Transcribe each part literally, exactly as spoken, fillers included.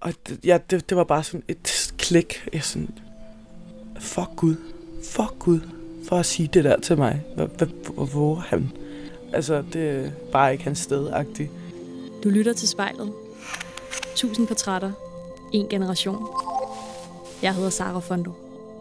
Og det, ja, det, det var bare sådan et klik. Jeg sådan, fuck Gud, fuck Gud, for at sige det der til mig. Hvor våger han? Altså, det er bare ikke hans sted-agtigt. Du lytter til Spejlet. Tusind portrætter. En generation. Jeg hedder Sara Fondo.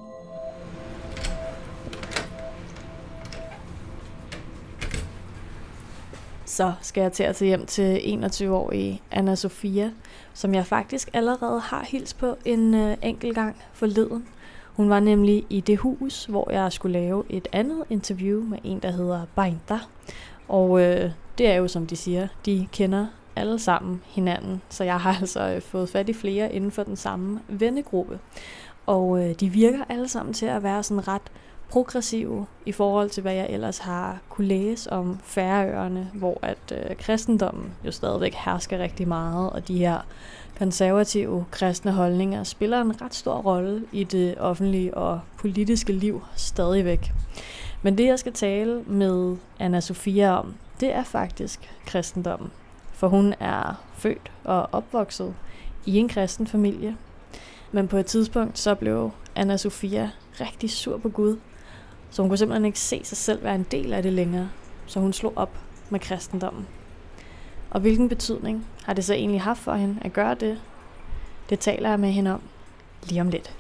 Så skal jeg til at tage hjem til enogtyve-årige Anna Sofia, som jeg faktisk allerede har hilst på en øh, enkelt gang forleden. Hun var nemlig i det hus, hvor jeg skulle lave et andet interview med en, der hedder Bainta. Og øh, det er jo, som de siger, de kender alle sammen hinanden. Så jeg har altså øh, fået fat i flere inden for den samme vennegruppe. Og øh, de virker alle sammen til at være sådan ret progressive i forhold til, hvad jeg ellers har kunne læse om Færøerne, hvor at øh, kristendommen jo stadigvæk hersker rigtig meget, og de her konservative kristne holdninger spiller en ret stor rolle i det offentlige og politiske liv stadigvæk. Men det, jeg skal tale med Anna Sofia om, det er faktisk kristendommen. For hun er født og opvokset i en kristen familie. Men på et tidspunkt så blev Anna Sofia rigtig sur på Gud, så hun kunne simpelthen ikke se sig selv være en del af det længere, så hun slog op med kristendommen. Og hvilken betydning har det så egentlig haft for hende at gøre det? Det taler jeg med hende om lige om lidt.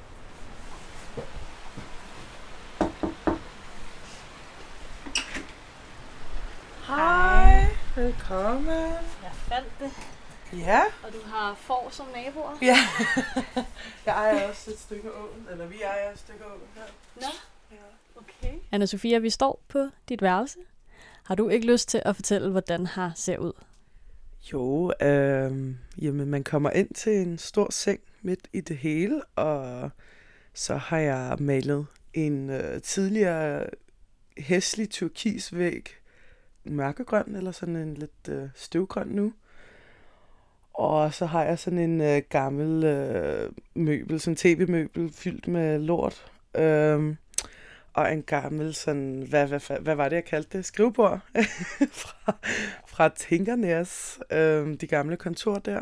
Hej, velkommen. Jeg fandt det. Ja. Og du har får som naboer? Ja. Jeg ejer også et stykke åen, eller vi ejer et stykke åen her. Nå, ja. Okay. Anna Sofia, vi står på dit værelse. Har du ikke lyst til at fortælle, hvordan her ser ud? Jo, øh, jamen man kommer ind til en stor seng midt i det hele, og så har jeg malet en øh, tidligere hæslig turkisvæg, mørkegrøn eller sådan en lidt øh, støvgrøn nu. Og så har jeg sådan en øh, gammel øh, møbel, sådan en tv-møbel fyldt med lort. Øh, og en gammel sådan, hvad, hvad, hvad var det, jeg kaldte det? Skrivebord fra, fra Tinkernæs, øh, de gamle kontor der.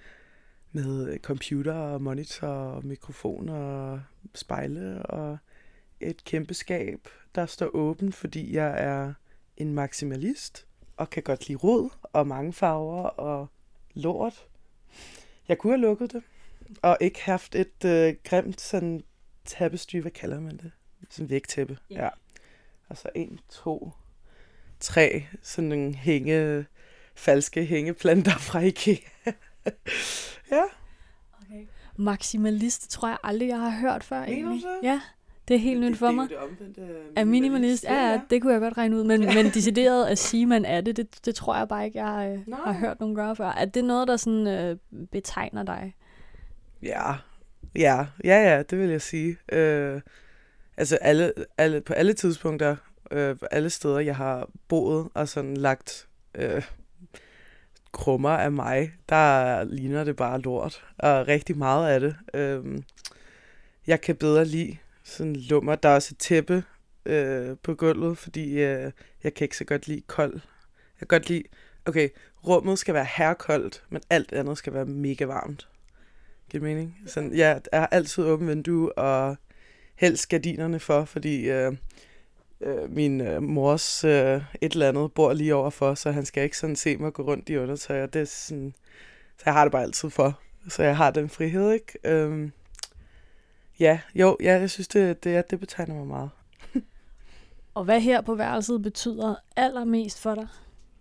Med computer og monitor og mikrofon og spejle og et kæmpe skab, der står åben, fordi jeg er en maksimalist og kan godt lide rod og mange farver og lort. Jeg kunne have lukket det, og ikke haft et øh, grimt sådan tapestry, hvad kalder man det? Sådan vægtæppe, yeah. Ja. Og så en, to, tre sådan nogle hænge, falske hængeplanter fra IKEA. Ja. Okay. Maksimalist tror jeg aldrig, jeg har hørt før. Egentlig. Det? Ja, det er helt nyt for mig. Det er jo det omvendte minimalist. Er minimalist? Ja, ja, det kunne jeg godt regne ud. Men, men decideret at sige, man er det, det, det tror jeg bare ikke, jeg øh, har hørt nogen gøre før. Er det noget, der sådan øh, betegner dig? Ja, ja, ja, ja, det vil jeg sige. Øh, altså alle, alle, på alle tidspunkter, øh, på alle steder, jeg har boet og sådan lagt øh, krummer af mig, der ligner det bare lort. Og rigtig meget af det. Øh, jeg kan bedre lide sådan lummer. Der er også et tæppe øh, på gulvet, fordi øh, jeg kan ikke så godt lide kold. Jeg kan godt lide, okay, rummet skal være herkoldt, men alt andet skal være mega varmt. Giver det mening? Sådan, jeg er altid åben vindue, og helst gardinerne for, fordi øh, øh, min øh, mors øh, et eller andet bor lige overfor, så han skal ikke sådan se mig gå rundt i undertøj, og det er sådan, så jeg har det bare altid for. Så jeg har den frihed, ikke? Øh, Ja, jo, ja, jeg synes, det, det, det betegner mig meget. Og hvad her på værelset betyder allermest for dig?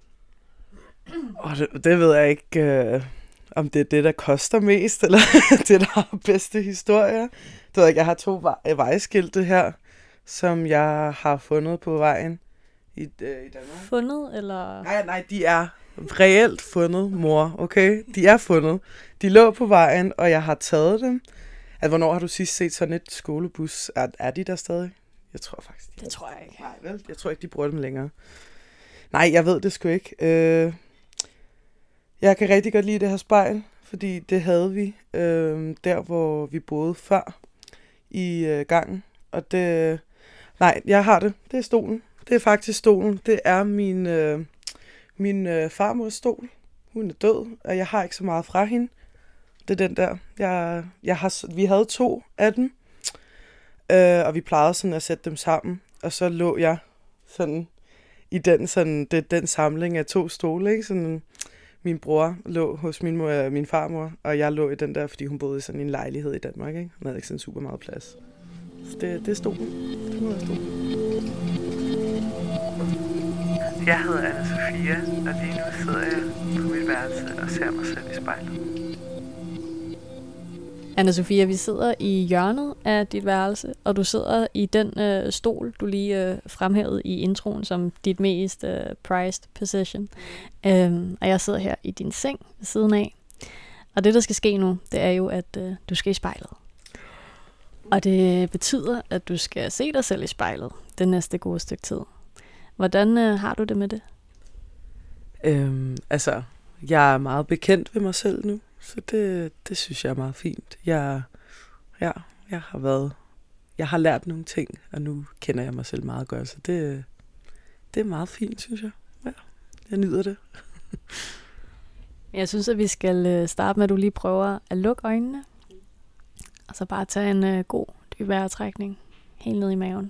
Oh, det, det ved jeg ikke, øh, om det er det, der koster mest, eller det, der har bedste historier. Det ved jeg ikke, jeg har to vej, vejskilte her, som jeg har fundet på vejen i, øh, i Danmark. Fundet, eller? Nej, nej, de er reelt fundet, mor, okay? De er fundet. De lå på vejen, og jeg har taget dem. Altså, hvornår har du sidst set sådan et skolebus? Er, er de der stadig? Jeg tror faktisk, de Det tror jeg ikke. Nej, vel? Jeg tror ikke, de bruger dem længere. Nej, jeg ved det sgu ikke. Øh, jeg kan rigtig godt lide det her spejl, fordi det havde vi øh, der, hvor vi boede før i øh, gangen. Og det... Nej, jeg har det. Det er stolen. Det er faktisk stolen. Det er min, øh, min øh, farmors stol. Hun er død, og jeg har ikke så meget fra hende. det er den der. Jeg, jeg har, vi havde to af dem, øh, og vi plejede sådan at sætte dem sammen, og så lå jeg sådan i den, sådan, det, den samling af to stole, ikke? Sådan, min bror lå hos min, mor, min farmor, og jeg lå i den der, fordi hun boede i sådan en lejlighed i Danmark, ikke? Hun havde ikke sådan super meget plads. Så det, det stod hun. Det må jeg stå. Jeg hedder Anna-Sophia, og lige nu sidder jeg på mit værelse og ser mig selv i spejlet. Anna-Sophia, vi sidder i hjørnet af dit værelse, og du sidder i den øh, stol, du lige øh, fremhævede i introen som dit mest øh, prized possession. Øhm, og jeg sidder her i din seng ved siden af. Og det, der skal ske nu, det er jo, at øh, du skal i spejlet. Og det betyder, at du skal se dig selv i spejlet det næste gode stykke tid. Hvordan øh, har du det med det? Øhm, altså, jeg er meget bekendt ved mig selv nu, så det, det synes jeg er meget fint. Jeg, ja, jeg har været, jeg har lært nogle ting, og nu kender jeg mig selv meget godt, så det, det er meget fint, synes jeg. Ja, jeg nyder det. Jeg synes, at vi skal starte med, at du lige prøver at lukke øjnene, og så bare tage en uh, god dyb vejrtrækning helt ned i maven.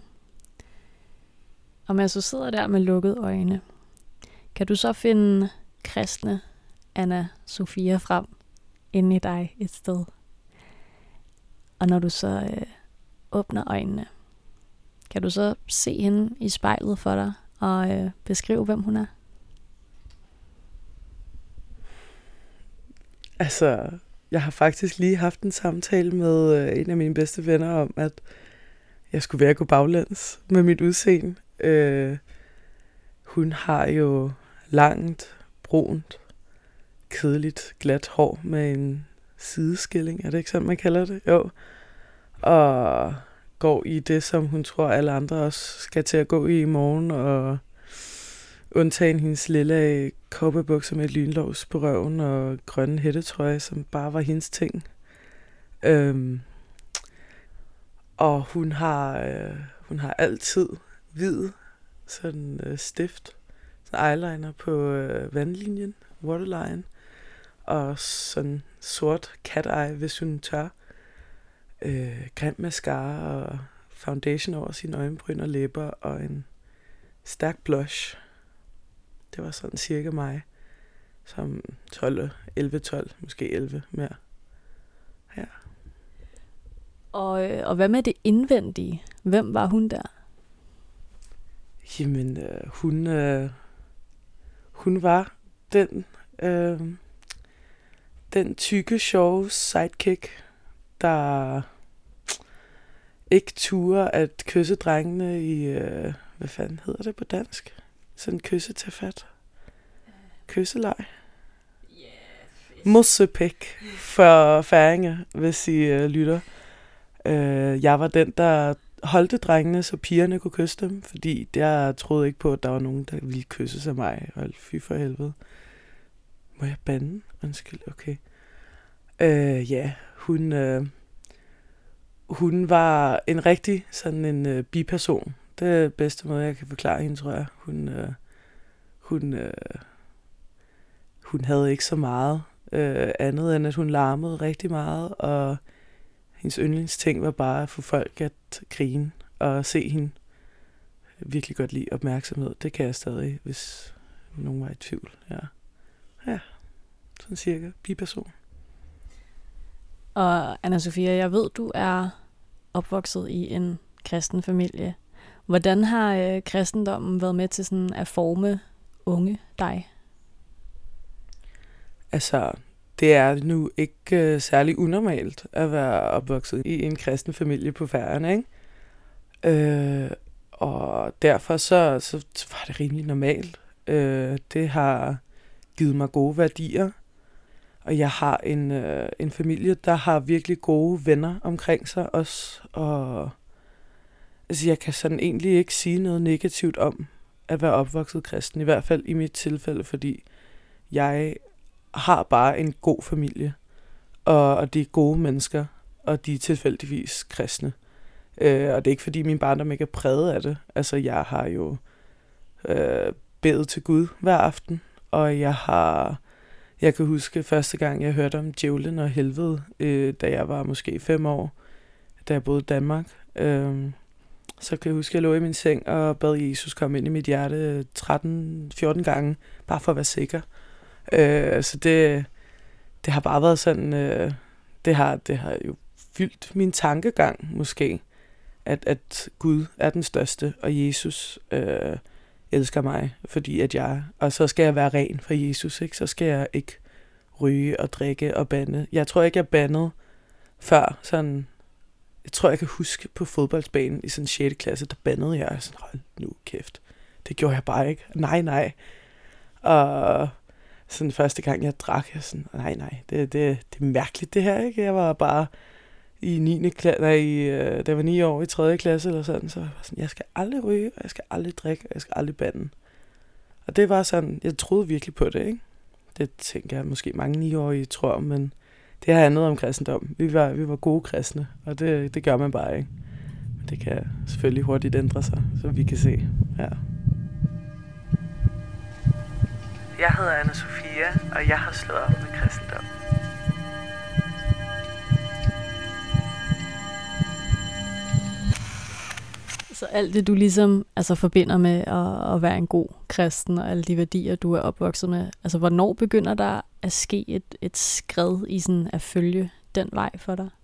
Og mens du sidder der med lukkede øjne, kan du så finde kristne Anna-Sophia frem inde i dig et sted. Og når du så øh, åbner øjnene, kan du så se hende i spejlet for dig og øh, beskrive, hvem hun er? Altså, jeg har faktisk lige haft en samtale med øh, en af mine bedste venner om, at jeg skulle være at gå baglæns med mit udseende. Øh, hun har jo langt, brunt, kedeligt, glat hår med en sideskilling. Er det ikke sådan, man kalder det? Jo. Og går i det, som hun tror, alle andre også skal til at gå i i morgen, og undtagen hendes lille cowboybukser med et lynlås på røven og grønne hættetrøje, som bare var hendes ting. Øhm, og hun har, øh, hun har altid hvid, sådan øh, stift, sådan eyeliner på øh, vandlinjen, waterline, og sådan sort cat eye, hvis hun tør. Øh, grim mascara og foundation over sine øjenbryn og læber, og en stærk blush. Det var sådan cirka mig, som tolv, elleve tolv, måske elleve mere. Ja. Og, og hvad med det indvendige? Hvem var hun der? Jamen, øh, hun, øh, hun var den, øh, den tykke, sjove sidekick, der ikke turde at kysse drengene i, øh, hvad fanden hedder det på dansk? Sådan kysse til fat. Kysseleg. Yeah, Mossepæk for færinger, hvis I øh, lytter. Øh, jeg var den, der holdte drengene, så pigerne kunne kysse dem, fordi jeg troede ikke på, at der var nogen, der ville kysse sig mig. Hold fy for helvede. Må jeg bande? Undskyld, okay. Øh, ja, hun, øh, hun var en rigtig sådan en øh, biperson. Det er den bedste måde, jeg kan forklare hende, tror jeg. Hun, øh, hun, øh, hun havde ikke så meget øh, andet, end at hun larmede rigtig meget, og hendes yndlingsting var bare at få folk at grine og se hende virkelig godt lide opmærksomhed. Det kan jeg stadig, hvis nogen var i tvivl. Ja, ja, sådan cirka. Biperson. Og Anna-Sophia, jeg ved, du er opvokset i en kristen familie. Hvordan har øh, kristendommen været med til sådan at forme unge dig? Altså, det er nu ikke øh, særlig unormalt at være opvokset i en kristen familie på Færøerne, ikke? Øh, og derfor så, så, så var det rimelig normalt. Øh, det har givet mig gode værdier. Og jeg har en, øh, en familie, der har virkelig gode venner omkring sig også. Og altså, jeg kan sådan egentlig ikke sige noget negativt om at være opvokset kristen. I hvert fald i mit tilfælde, fordi jeg har bare en god familie. Og, og de er gode mennesker, og de er tilfældigvis kristne. Øh, og det er ikke fordi min barndom ikke er præget af det. Altså jeg har jo øh, bedt til Gud hver aften, og jeg har Jeg kan huske første gang, jeg hørte om djævlen og helvede, øh, da jeg var måske fem år, da jeg boede i Danmark. Øh, så kan jeg huske, at jeg lå i min seng og bad Jesus komme ind i mit hjerte tretten fjorten gange, bare for at være sikker. Øh, så det, det har bare været sådan, øh, det, har, det har jo fyldt min tankegang måske, at, at Gud er den største, og Jesus øh, elsker mig, fordi at jeg, og så skal jeg være ren for Jesus, ikke? Så skal jeg ikke ryge og drikke og bande. Jeg tror ikke, jeg bandede før sådan, jeg tror, jeg kan huske på fodboldsbanen i sådan sjette klasse, der bandede jeg sådan, hold nu kæft. Det gjorde jeg bare ikke. Nej, nej. Og sådan første gang, jeg drak, jeg sådan, nej, nej, det, det, det er mærkeligt det her, ikke? Jeg var bare i niende klasse, nej, i, øh, da jeg var ni år i tredje klasse eller sådan, så var jeg sådan, jeg skal aldrig ryge, og jeg skal aldrig drikke, og jeg skal aldrig bande. Og det var sådan, jeg troede virkelig på det, ikke? Det tænker jeg måske mange niårige tror, men det har handlet om kristendom. Vi var, vi var gode kristne, og det, det gør man bare ikke. Men det kan selvfølgelig hurtigt ændre sig, som vi kan se. Ja. Jeg hedder Anna-Sophia, og jeg har slået op med kristendom. Så alt det, du ligesom altså, forbinder med at, at være en god kristen, og alle de værdier, du er opvokset med, altså hvornår begynder der at ske et, et skred i sådan at følge den vej for dig?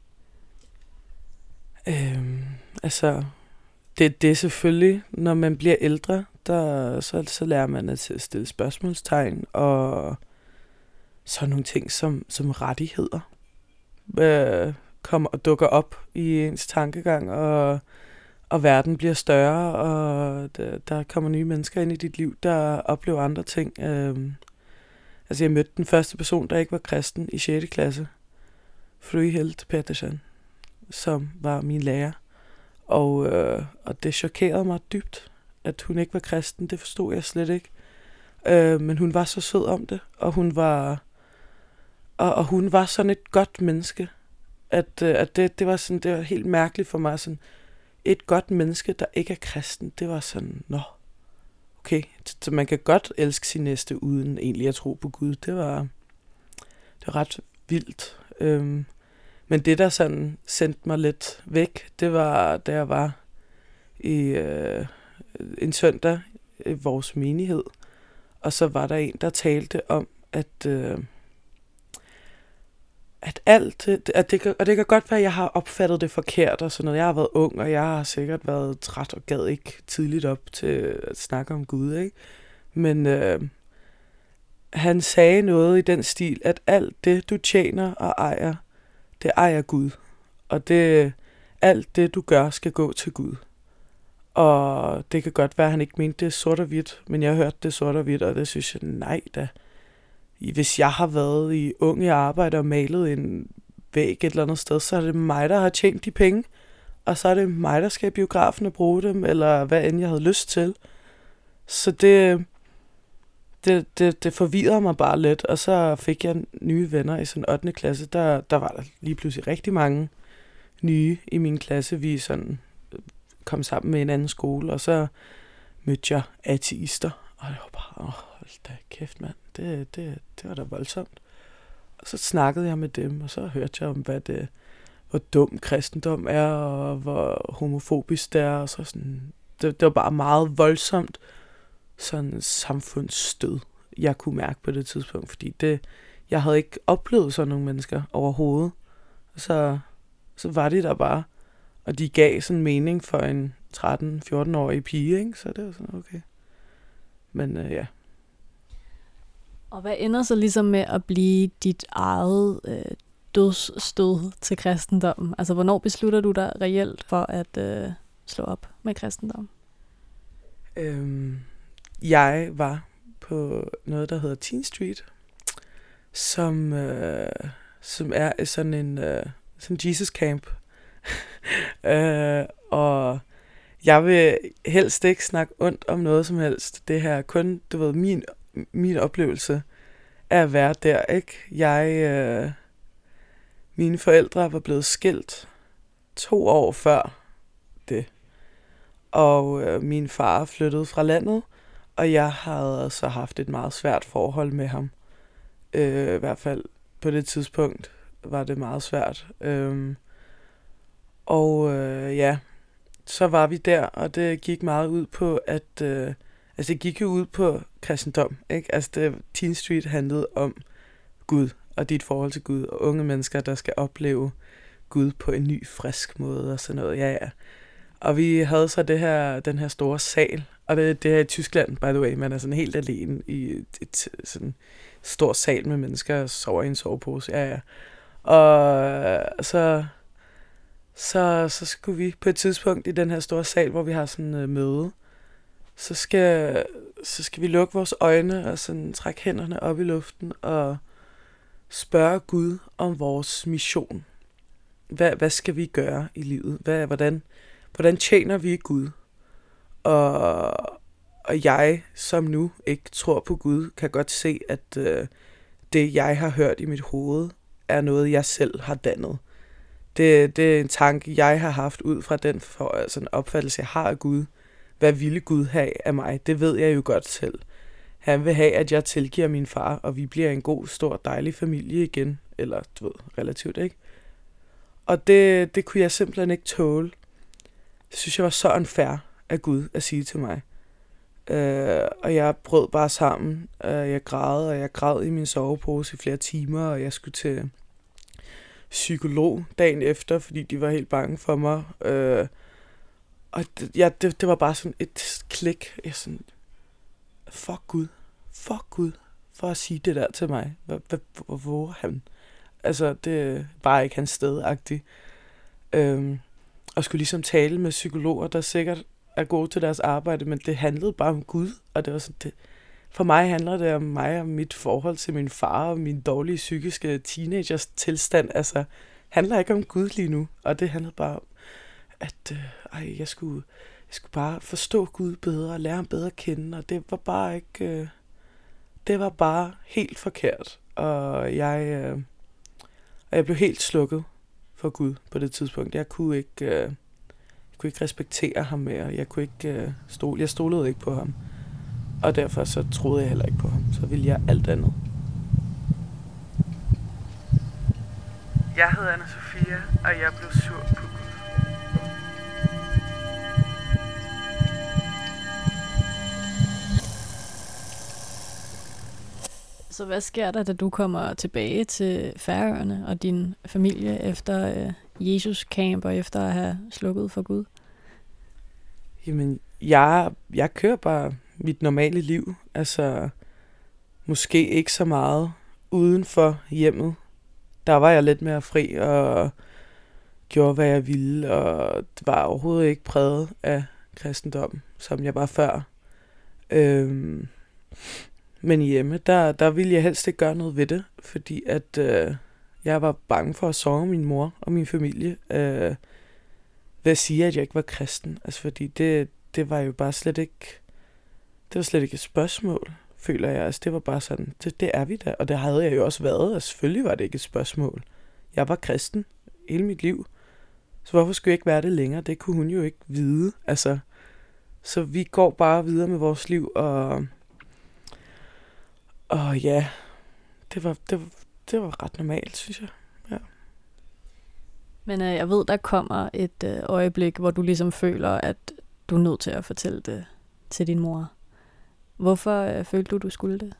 Øhm, altså, det, det er selvfølgelig, når man bliver ældre, der, så, så lærer man at stille spørgsmålstegn, og så nogle ting som, som rettigheder øh, kommer og dukker op i ens tankegang, og og verden bliver større, og der, der kommer nye mennesker ind i dit liv, der oplever andre ting. Øhm, altså jeg mødte den første person, der ikke var kristen i sjette klasse, Fryhild Pettersen, som var min lærer. Og, øh, og det chokerede mig dybt, at hun ikke var kristen. Det forstod jeg slet ikke. Øh, men hun var så sød om det, og hun var, og, og hun var sådan et godt menneske, at, at det, det, var sådan, det var helt mærkeligt for mig, sådan et godt menneske, der ikke er kristen, det var sådan, nå, okay, så man kan godt elske sin næste, uden egentlig at tro på Gud. Det var, det var ret vildt. Øhm, men det, der sådan sendte mig lidt væk, det var, da jeg var i øh, en søndag i vores menighed, og så var der en, der talte om, at øh, at alt, at det kan, og det kan godt være, at jeg har opfattet det forkert og sådan noget. Jeg har været ung, og jeg har sikkert været træt og gad ikke tidligt op til at snakke om Gud, ikke? Men øh, han sagde noget i den stil, at alt det, du tjener og ejer, det ejer Gud. Og det, alt det, du gør, skal gå til Gud. Og det kan godt være, at han ikke mente det sort og hvidt, men jeg hørte det sort og hvidt, og det synes jeg, nej da. Hvis jeg har været i ung i arbejde og malet en væg et eller andet sted, så er det mig, der har tjent de penge, og så er det mig, der skal i biografen og bruge dem, eller hvad end jeg havde lyst til. Så det, det, det, det forvirrede mig bare lidt, og så fik jeg nye venner i sådan ottende klasse. Der, der var der lige pludselig rigtig mange nye i min klasse. Vi sådan kom sammen med en anden skole, og så mødte jeg ateister, og det var bare, åh, hold da kæft, mand. Det, det, det var da voldsomt. Og så snakkede jeg med dem, og så hørte jeg om, hvad det, hvor dum kristendom er, og hvor homofobisk det er, og så sådan, det, det var bare meget voldsomt sådan samfundsstød, jeg kunne mærke på det tidspunkt, fordi det, jeg havde ikke oplevet sådan nogle mennesker overhovedet. Så, så var de der bare, og de gav sådan mening for en tretten fjorten-årig pige, ikke? Så det var sådan, okay. Men øh, ja. Og hvad ender så ligesom med at blive dit eget øh, dødsstød til kristendommen? Altså, hvornår beslutter du dig reelt for at øh, slå op med kristendom? Øhm, jeg var på noget, der hedder Teen Street, som, øh, som er sådan en øh, sådan Jesus Camp. øh, og jeg vil helst ikke snakke ondt om noget som helst. Det her kun, du ved, min min oplevelse af at være der, ikke? Jeg, øh, mine forældre var blevet skilt to år før det, og øh, min far flyttede fra landet, og jeg havde så haft et meget svært forhold med ham Øh, I hvert fald på det tidspunkt var det meget svært. Øhm, og øh, ja, så var vi der, og det gik meget ud på, at... Øh, altså det gik jo ud på kristendom, ikke? Altså det, Teen Street handlede om Gud, og dit forhold til Gud, og unge mennesker, der skal opleve Gud på en ny, frisk måde, og sådan noget. Ja, ja. Og vi havde så det her, den her store sal, og det, det er i Tyskland, by the way, man er sådan helt alene i et, et sådan stor sal med mennesker, og sover i en sovepose, ja, ja. Og så, så, så skulle vi på et tidspunkt i den her store sal, hvor vi har sådan et møde, så skal, så skal vi lukke vores øjne og sådan trække hænderne op i luften og spørge Gud om vores mission. Hvad, hvad skal vi gøre i livet? Hvad, hvordan, hvordan tjener vi Gud? Og, og jeg, som nu ikke tror på Gud, kan godt se, at øh, det, jeg har hørt i mit hoved, er noget, jeg selv har dannet. Det, det er en tanke, jeg har haft ud fra den for, altså en opfattelse, jeg har af Gud. Hvad ville Gud have af mig? Det ved jeg jo godt selv. Han vil have, at jeg tilgiver min far, og vi bliver en god, stor, dejlig familie igen. Eller, du ved, relativt, ikke? Og det, det kunne jeg simpelthen ikke tåle. Det synes jeg var så unfair af Gud at sige til mig. Øh, og jeg brød bare sammen. Øh, jeg græd, og jeg græd i min sovepose i flere timer, og jeg skulle til psykolog dagen efter, fordi de var helt bange for mig. Øh, og det, ja, det, det var bare sådan et klik. Jeg sådan, fuck Gud. Fuck Gud. For at sige det der til mig. Hvor våger han? Altså, det er bare ikke hans sted-agtigt. Øhm, og skulle ligesom tale med psykologer, der sikkert er gode til deres arbejde, men det handlede bare om Gud. Og det var sådan, det, for mig handler det om mig og mit forhold til min far og min dårlige psykiske teenagers tilstand. Altså, handler ikke om Gud lige nu. Og det handlede bare om, at øh, ej, jeg, skulle, jeg skulle bare forstå Gud bedre og lære ham bedre at kende. Og det var bare ikke... Øh, det var bare helt forkert. Og jeg... Øh, Og jeg blev helt slukket for Gud på det tidspunkt. Jeg kunne ikke, øh, jeg kunne ikke respektere ham mere. Jeg kunne ikke øh, stole, jeg stolede ikke på ham. Og derfor så troede jeg heller ikke på ham. Så ville jeg alt andet. Jeg hedder Anna-Sophia, og jeg blev sur på Gud. Så hvad sker der, da du kommer tilbage til Færøerne og din familie efter øh, Jesus camp og efter at have slukket for Gud? Jamen, jeg, jeg kører bare mit normale liv. Altså, måske ikke så meget uden for hjemmet. Der var jeg lidt mere fri og gjorde, hvad jeg ville, og det var overhovedet ikke præget af kristendom, som jeg var før. Øhm, men hjemme, der, der ville jeg helst ikke gøre noget ved det, fordi at øh, jeg var bange for at sove min mor og min familie øh, ved at sige, at jeg ikke var kristen. Altså, fordi det, det var jo bare slet ikke, det var slet ikke et spørgsmål, føler jeg. Altså, det var bare sådan, det, det er vi da, og det havde jeg jo også været, og selvfølgelig var det ikke et spørgsmål. Jeg var kristen hele mit liv, så hvorfor skulle jeg ikke være det længere? Det kunne hun jo ikke vide, altså. Så vi går bare videre med vores liv, og, og ja, det var, det, var, det var ret normalt, synes jeg. Ja. Men øh, jeg ved, der kommer et øh, øjeblik, hvor du ligesom føler, at du er nødt til at fortælle det til din mor. Hvorfor øh, følte du, du skulle det?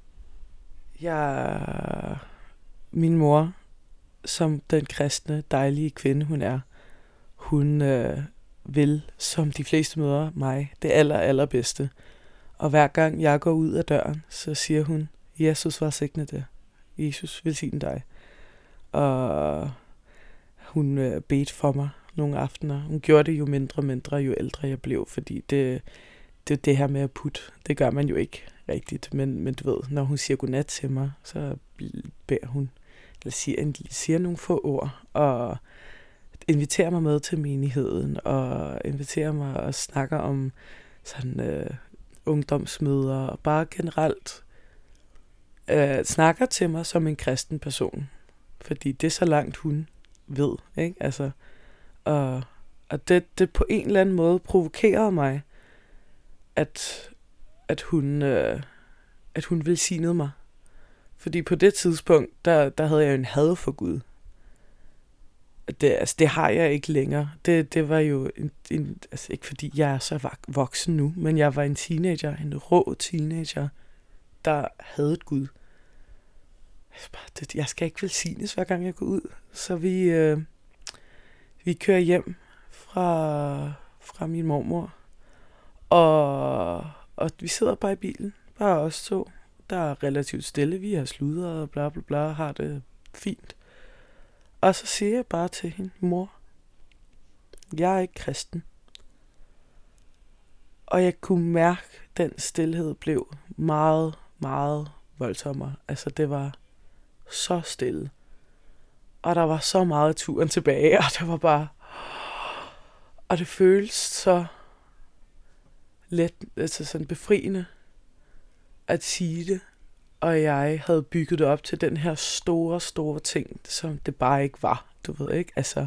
Jeg, min mor, som den kristne, dejlige kvinde hun er, hun øh, vil, som de fleste mødre, mig det aller, allerbedste. Og hver gang jeg går ud af døren, så siger hun, Jesus velsigne det. Jesus velsigne dig. Og hun øh, bedte for mig nogle aftener. Hun gjorde det jo mindre og mindre, jo ældre jeg blev, fordi det, det, det her med at putte, det gør man jo ikke rigtigt. Men, men du ved, når hun siger godnat til mig, så beder hun, eller siger, siger nogle få ord, og inviterer mig med til menigheden, og inviterer mig og snakker om sådan øh, ungdomsmøder, og bare generelt øh, snakker til mig som en kristen person. Fordi det er så langt hun ved, ikke? Altså, og, og det, det på en eller anden måde provokerede mig, at, at hun, øh, at hun velsignede mig. Fordi på det tidspunkt, der, der havde jeg jo en had for Gud. Det, altså, det har jeg ikke længere. Det, det var jo, en, en, altså ikke fordi jeg er så voksen nu, men jeg var en teenager, en rå teenager, der havde Gud. Jeg skal ikke velsignes, hver gang jeg går ud. Så vi, øh, vi kører hjem fra, fra min mormor, og, og vi sidder bare i bilen, bare os to. Der er relativt stille, vi har sludret og bla bla bla, har det fint. Og så siger jeg bare til hende, mor, jeg er ikke kristen. Og jeg kunne mærke, at den stillhed blev meget, meget voldsommere. Altså det var så stille. Og der var så meget turen tilbage, og det var bare... Og det føltes så let, altså sådan befriende at sige det. Og jeg havde bygget det op til den her store, store ting, som det bare ikke var. Du ved ikke, altså...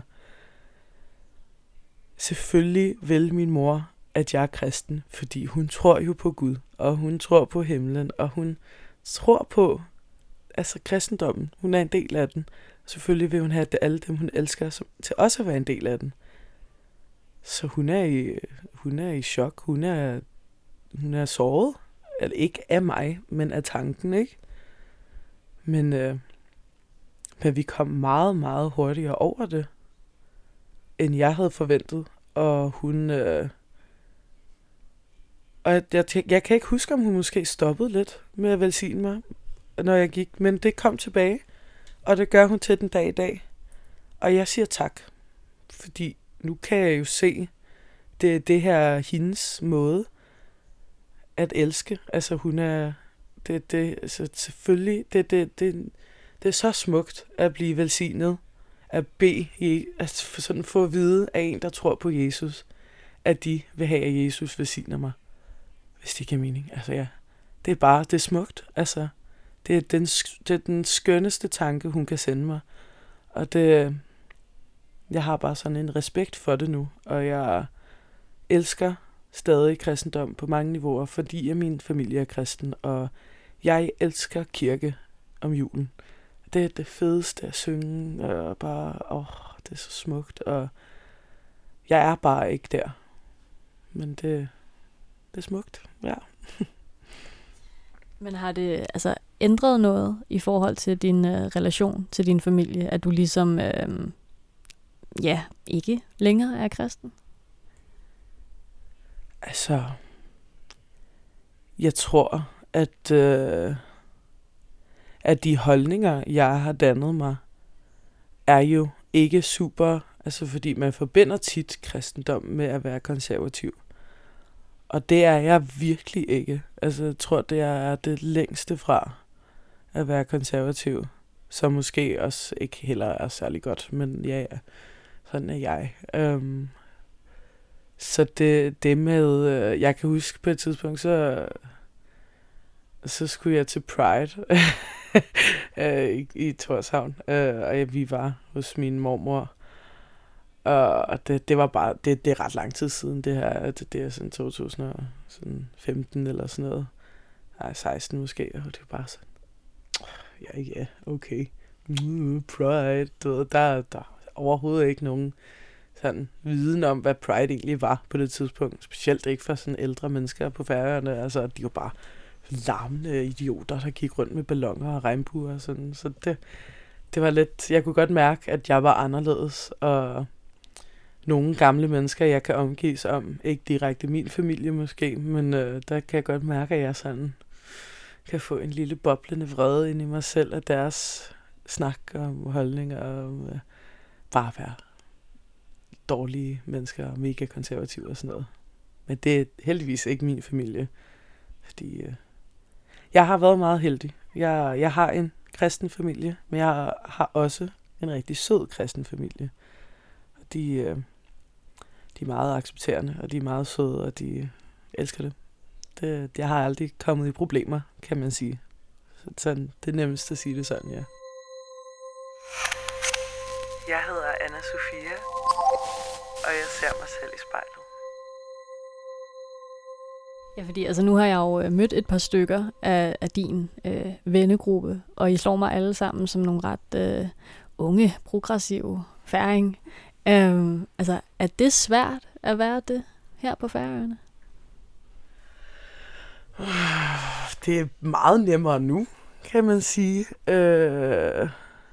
Selvfølgelig vil min mor, at jeg er kristen, fordi hun tror jo på Gud, og hun tror på himlen, og hun tror på altså kristendommen. Hun er en del af den. Selvfølgelig vil hun have det alle dem, hun elsker, som, til også at være en del af den. Så hun er i, hun er i chok. Hun er, hun er såret. Eller ikke af mig, men af tanken, ikke? Men, øh, men vi kom meget, meget hurtigere over det, end jeg havde forventet. Og hun... Øh, og jeg, jeg, jeg kan ikke huske, om hun måske stoppede lidt med at velsigne mig, når jeg gik. Men det kom tilbage, og det gør hun til den dag i dag. Og jeg siger tak, fordi nu kan jeg jo se, det, det her hendes måde at elske. Altså hun er... Det, det, altså selvfølgelig, det, det, det, det er så smukt at blive velsignet, at bede, at sådan få at vide af en, der tror på Jesus, at de vil have, at Jesus velsigner mig. Hvis det giver mening. Altså ja, det er bare, det er smukt. Altså, det er den, det er den skønneste tanke, hun kan sende mig. Og det, jeg har bare sådan en respekt for det nu, og jeg elsker stadig kristendom på mange niveauer, fordi jeg min familie er kristen, og jeg elsker kirke om julen. Det er det fedeste at synge, og bare, åh, det er så smukt, og jeg er bare ikke der. Men det, det er smukt, ja. Men har det altså ændret noget i forhold til din øh, relation til din familie, at du ligesom, øh, ja, ikke længere er kristen? Altså, jeg tror, at, øh, at de holdninger, jeg har dannet mig, er jo ikke super, altså fordi man forbinder tit kristendom med at være konservativ. Og det er jeg virkelig ikke. Altså, jeg tror, det er det længste fra at være konservativ, som måske også ikke heller er særlig godt, men ja, ja, sådan er jeg. Um, så det, det med, øh, jeg kan huske på et tidspunkt, så, så skulle jeg til Pride i, i Torshavn, øh, og vi var hos min mormor. Og det, det var bare, det, det er ret lang tid siden det her, det, det er sådan to tusind og femten eller sådan noget. Nej, seksten måske, og det var bare sådan, ja, ja, okay, uh, Pride, du ved, der, der er overhovedet ikke nogen sådan viden om, hvad Pride egentlig var på det tidspunkt. Specielt ikke for sådan ældre mennesker på Færøerne, altså de var bare larmende idioter, der gik rundt med balloner og regnbuer og sådan, så det, det var lidt, jeg kunne godt mærke, at jeg var anderledes, og nogle gamle mennesker, jeg kan omgives om, ikke direkte min familie måske, men øh, der kan jeg godt mærke, at jeg sådan kan få en lille boblende vrede ind i mig selv af deres snak om holdninger og øh, bare være dårlige mennesker og mega konservative og sådan noget. Men det er heldigvis ikke min familie, fordi øh, jeg har været meget heldig. Jeg, jeg har en kristen familie, men jeg har også en rigtig sød kristen familie. Og de, øh, de er meget accepterende, og de er meget søde, og de elsker det. det. Jeg har aldrig kommet i problemer, kan man sige. Så sådan, det er nemmest at sige det sådan, ja. Jeg hedder Anna Sofia, og jeg ser mig selv i spejlet. Ja, fordi altså, nu har jeg jo mødt et par stykker af, af din øh, vennegruppe, og I slår mig alle sammen som nogle ret øh, unge, progressive færing. Øhm, altså, er det svært at være det her på Færøerne? Det er meget nemmere nu, kan man sige. Øh,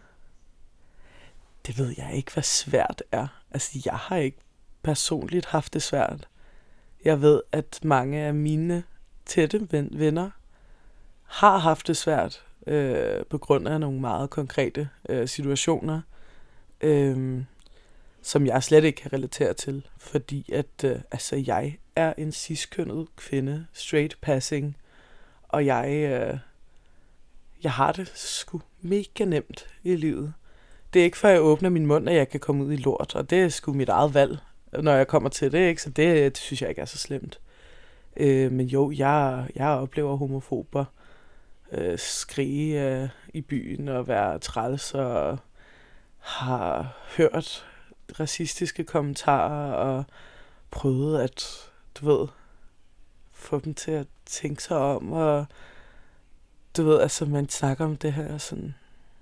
det ved jeg ikke, hvad svært er. Altså, jeg har ikke personligt haft det svært. Jeg ved, at mange af mine tætte venner har haft det svært øh, på grund af nogle meget konkrete øh, situationer, øh, som jeg slet ikke kan relatere til, fordi at øh, altså, jeg er en cis-kønnet kvinde, straight passing, og jeg, øh, jeg har det sgu mega nemt i livet. Det er ikke før jeg åbner min mund, at jeg kan komme ud i lort, og det er sgu mit eget valg, når jeg kommer til det, ikke? Så det, det synes jeg ikke er så slemt. Øh, men jo, jeg, jeg oplever homofober øh, skrige øh, i byen og være træls og har hørt racistiske kommentarer og prøvet at, du ved, få dem til at tænke sig om, og du ved, altså man snakker om det her sådan,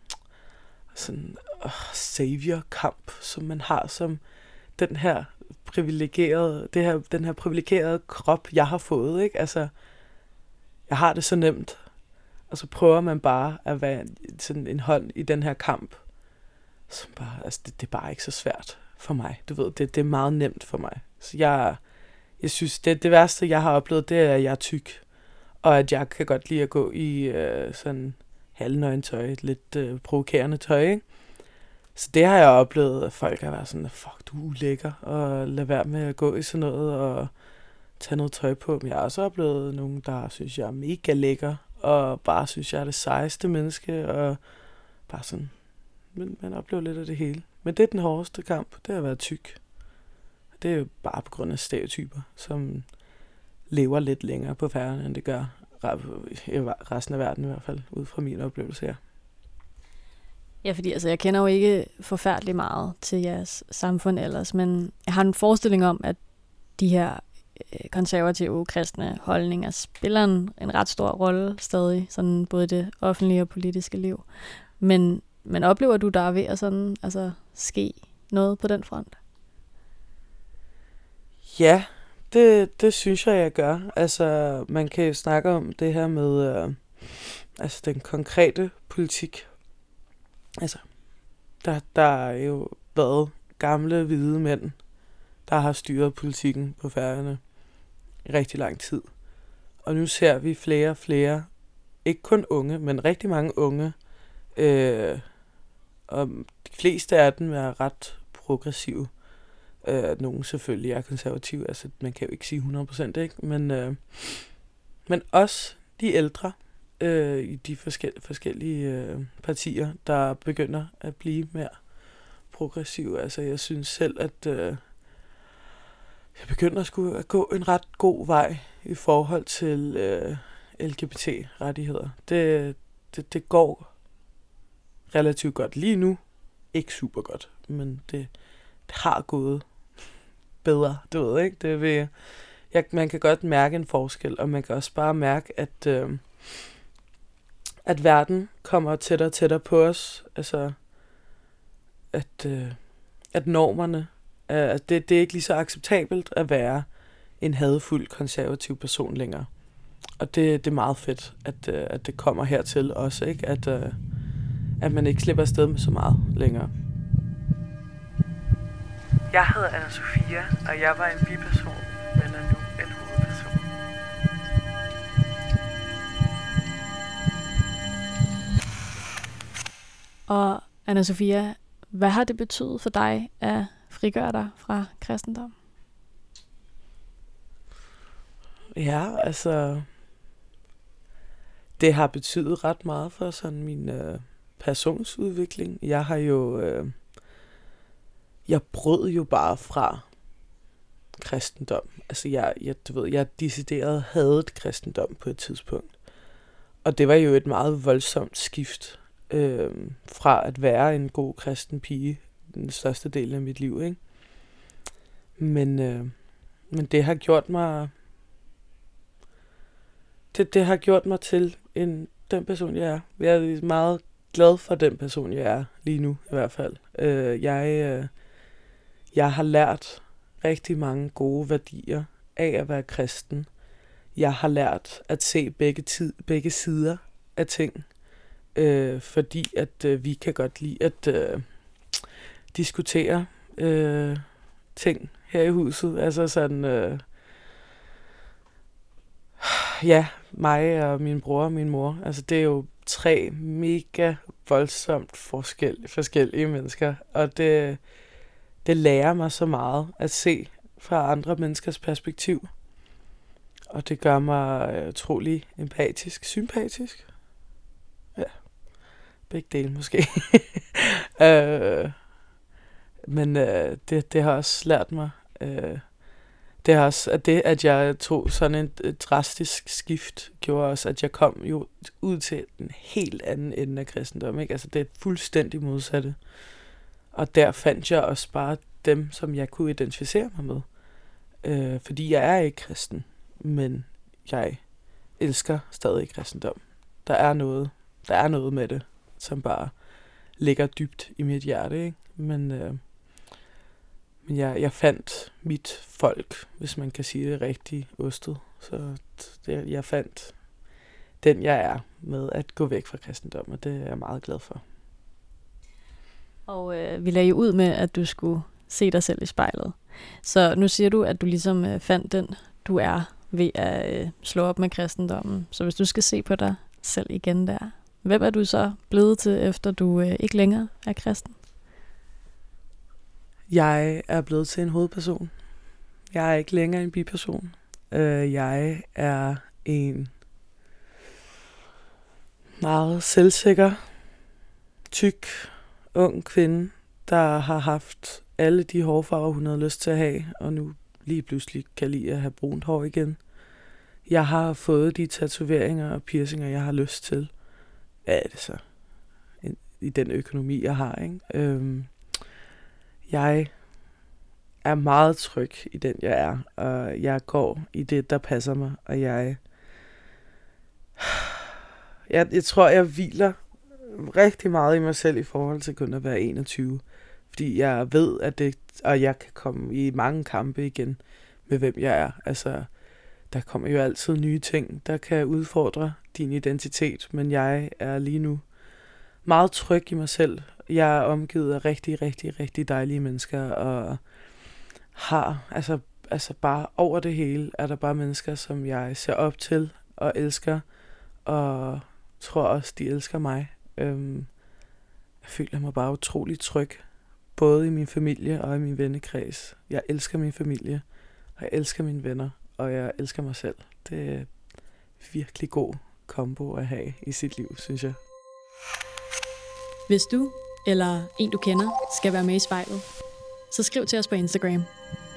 sådan uh, savior-kamp, som man har som den her privilegerede, det her, den her privilegerede krop, jeg har fået, ikke? Altså, jeg har det så nemt, og så prøver man bare at være sådan en hånd i den her kamp, som bare, altså det, det er bare ikke så svært for mig, du ved, det, det er meget nemt for mig. Så jeg, jeg synes, det, det værste, jeg har oplevet, det er, at jeg er tyk, og at jeg kan godt lide at gå i øh, sådan halvnøgentøj, lidt øh, provokerende tøj, ikke? Så det har jeg oplevet, at folk har været sådan, fuck, du er ulækker, og lad være med at gå i sådan noget, og tage noget tøj på. Men jeg har også oplevet nogen, der synes, jeg er mega lækker, og bare synes, jeg er det sejeste menneske, og bare sådan, men man oplever lidt af det hele. Men det er den hårdeste kamp, det er at være tyk. Det er jo bare på grund af stereotyper, som lever lidt længere på Færøerne, end det gør i resten af verden i hvert fald, ud fra min oplevelse her. Ja, fordi altså, jeg kender jo ikke forfærdeligt meget til jeres samfund ellers, men jeg har en forestilling om, at de her øh, konservative kristne holdninger spiller en, en ret stor rolle stadig, sådan både i det offentlige og politiske liv. Men, men oplever du, der er ved at sådan, altså, ske noget på den front? Ja, det, det synes jeg, jeg gør. Altså, man kan jo snakke om det her med øh, altså, den konkrete politik. Altså, der, der er jo været gamle, hvide mænd, der har styret politikken på Færøerne i rigtig lang tid. Og nu ser vi flere og flere, ikke kun unge, men rigtig mange unge, øh, og de fleste af dem er ret progressive. Øh, nogle selvfølgelig er konservative, altså man kan jo ikke sige hundrede procent, ikke? Men, øh, men også de ældre, øh, i de forskellige, forskellige øh, partier, der begynder at blive mere progressive. Altså jeg synes selv, at øh, jeg begynder at, skulle, at gå en ret god vej i forhold til øh, L G B T-rettigheder. Det, det, det går relativt godt lige nu. Ikke super godt, men det, det har gået bedre, du ved, ikke? Det vil, jeg, man kan godt mærke en forskel, og man kan også bare mærke, at, øh, at verden kommer tættere og tættere på os. Altså, at, øh, at normerne, øh, at det, det er ikke lige så acceptabelt at være en hadfuld konservativ person længere. Og det, det er meget fedt, at, øh, at det kommer hertil også, ikke? At, øh, at man ikke slipper afsted med så meget længere. Jeg hedder Anna-Sophia, og jeg var en biperson, men er nu en hovedperson. Og Anna-Sophia, hvad har det betydet for dig at frigøre dig fra kristendom? Ja, altså, det har betydet ret meget for sådan min øh, personsudvikling. Jeg har jo, øh, jeg brød jo bare fra kristendom. Altså, jeg, jeg, du ved, jeg decideret hadet kristendom på et tidspunkt. Og det var jo et meget voldsomt skift øh, fra at være en god kristen pige den største del af mit liv, ikke? Men, øh, men det har gjort mig det, det har gjort mig til en, den person, jeg er. Jeg er meget glad for den person, jeg er lige nu i hvert fald. Øh, jeg, øh, jeg har lært rigtig mange gode værdier af at være kristen. Jeg har lært at se begge, tid, begge sider af ting, øh, fordi at øh, vi kan godt lide at øh, diskutere øh, ting her i huset. Altså sådan, øh, ja, mig og min bror og min mor. Altså det er jo tre mega voldsomt forskellige, forskellige mennesker, og det, det lærer mig så meget at se fra andre menneskers perspektiv. Og det gør mig utrolig empatisk, sympatisk. Ja, begge dele måske. øh, men øh, det, det har også lært mig, øh, det har også, at det, at jeg tog sådan et, et drastisk skift, gjorde også, at jeg kom jo ud til en helt anden ende af kristendom, ikke? Altså det er fuldstændig modsatte. Og der fandt jeg også bare dem, som jeg kunne identificere mig med. Øh, fordi jeg er ikke kristen, men jeg elsker stadig kristendom. Der er noget, der er noget med det, som bare ligger dybt i mit hjerte, ikke? Men, øh, men jeg, jeg fandt mit folk, hvis man kan sige det rigtig ostet. Så det, jeg fandt den, jeg er, med at gå væk fra kristendom, og det er jeg meget glad for. Og øh, vi lagde jo ud med, at du skulle se dig selv i spejlet. Så nu siger du, at du ligesom øh, fandt den, du er, ved at øh, slå op med kristendommen. Så hvis du skal se på dig selv igen der, hvem er du så blevet til, efter du øh, ikke længere er kristen? Jeg er blevet til en hovedperson. Jeg er ikke længere en biperson. Øh, jeg er en meget selvsikker, tyk, ung kvinde, der har haft alle de hårfarver, hun havde lyst til at have, og nu lige pludselig kan lide at have brunt hår igen. Jeg har fået de tatoveringer og piercinger, jeg har lyst til. Hvad er det så? I den økonomi, jeg har, ikke? Øhm, jeg er meget tryg i den, jeg er, og jeg går i det, der passer mig, og jeg... Jeg, jeg tror, jeg hviler rigtig meget i mig selv i forhold til kun at være enogtyve. Fordi jeg ved, at det... Og jeg kan komme i mange kampe igen med, hvem jeg er. Altså, der kommer jo altid nye ting, der kan udfordre din identitet, men jeg er lige nu meget tryg i mig selv. Jeg er omgivet af rigtig, rigtig, rigtig dejlige mennesker, og har, altså, altså bare over det hele, er der bare mennesker, som jeg ser op til og elsker, og tror også, de elsker mig. Øhm, jeg føler mig bare utrolig tryg, både i min familie og i min vennekreds. Jeg elsker min familie, og jeg elsker mine venner, og jeg elsker mig selv. Det er virkelig god kombo at have i sit liv, synes jeg. Hvis du eller en du kender skal være med i spejlet, så skriv til os på Instagram.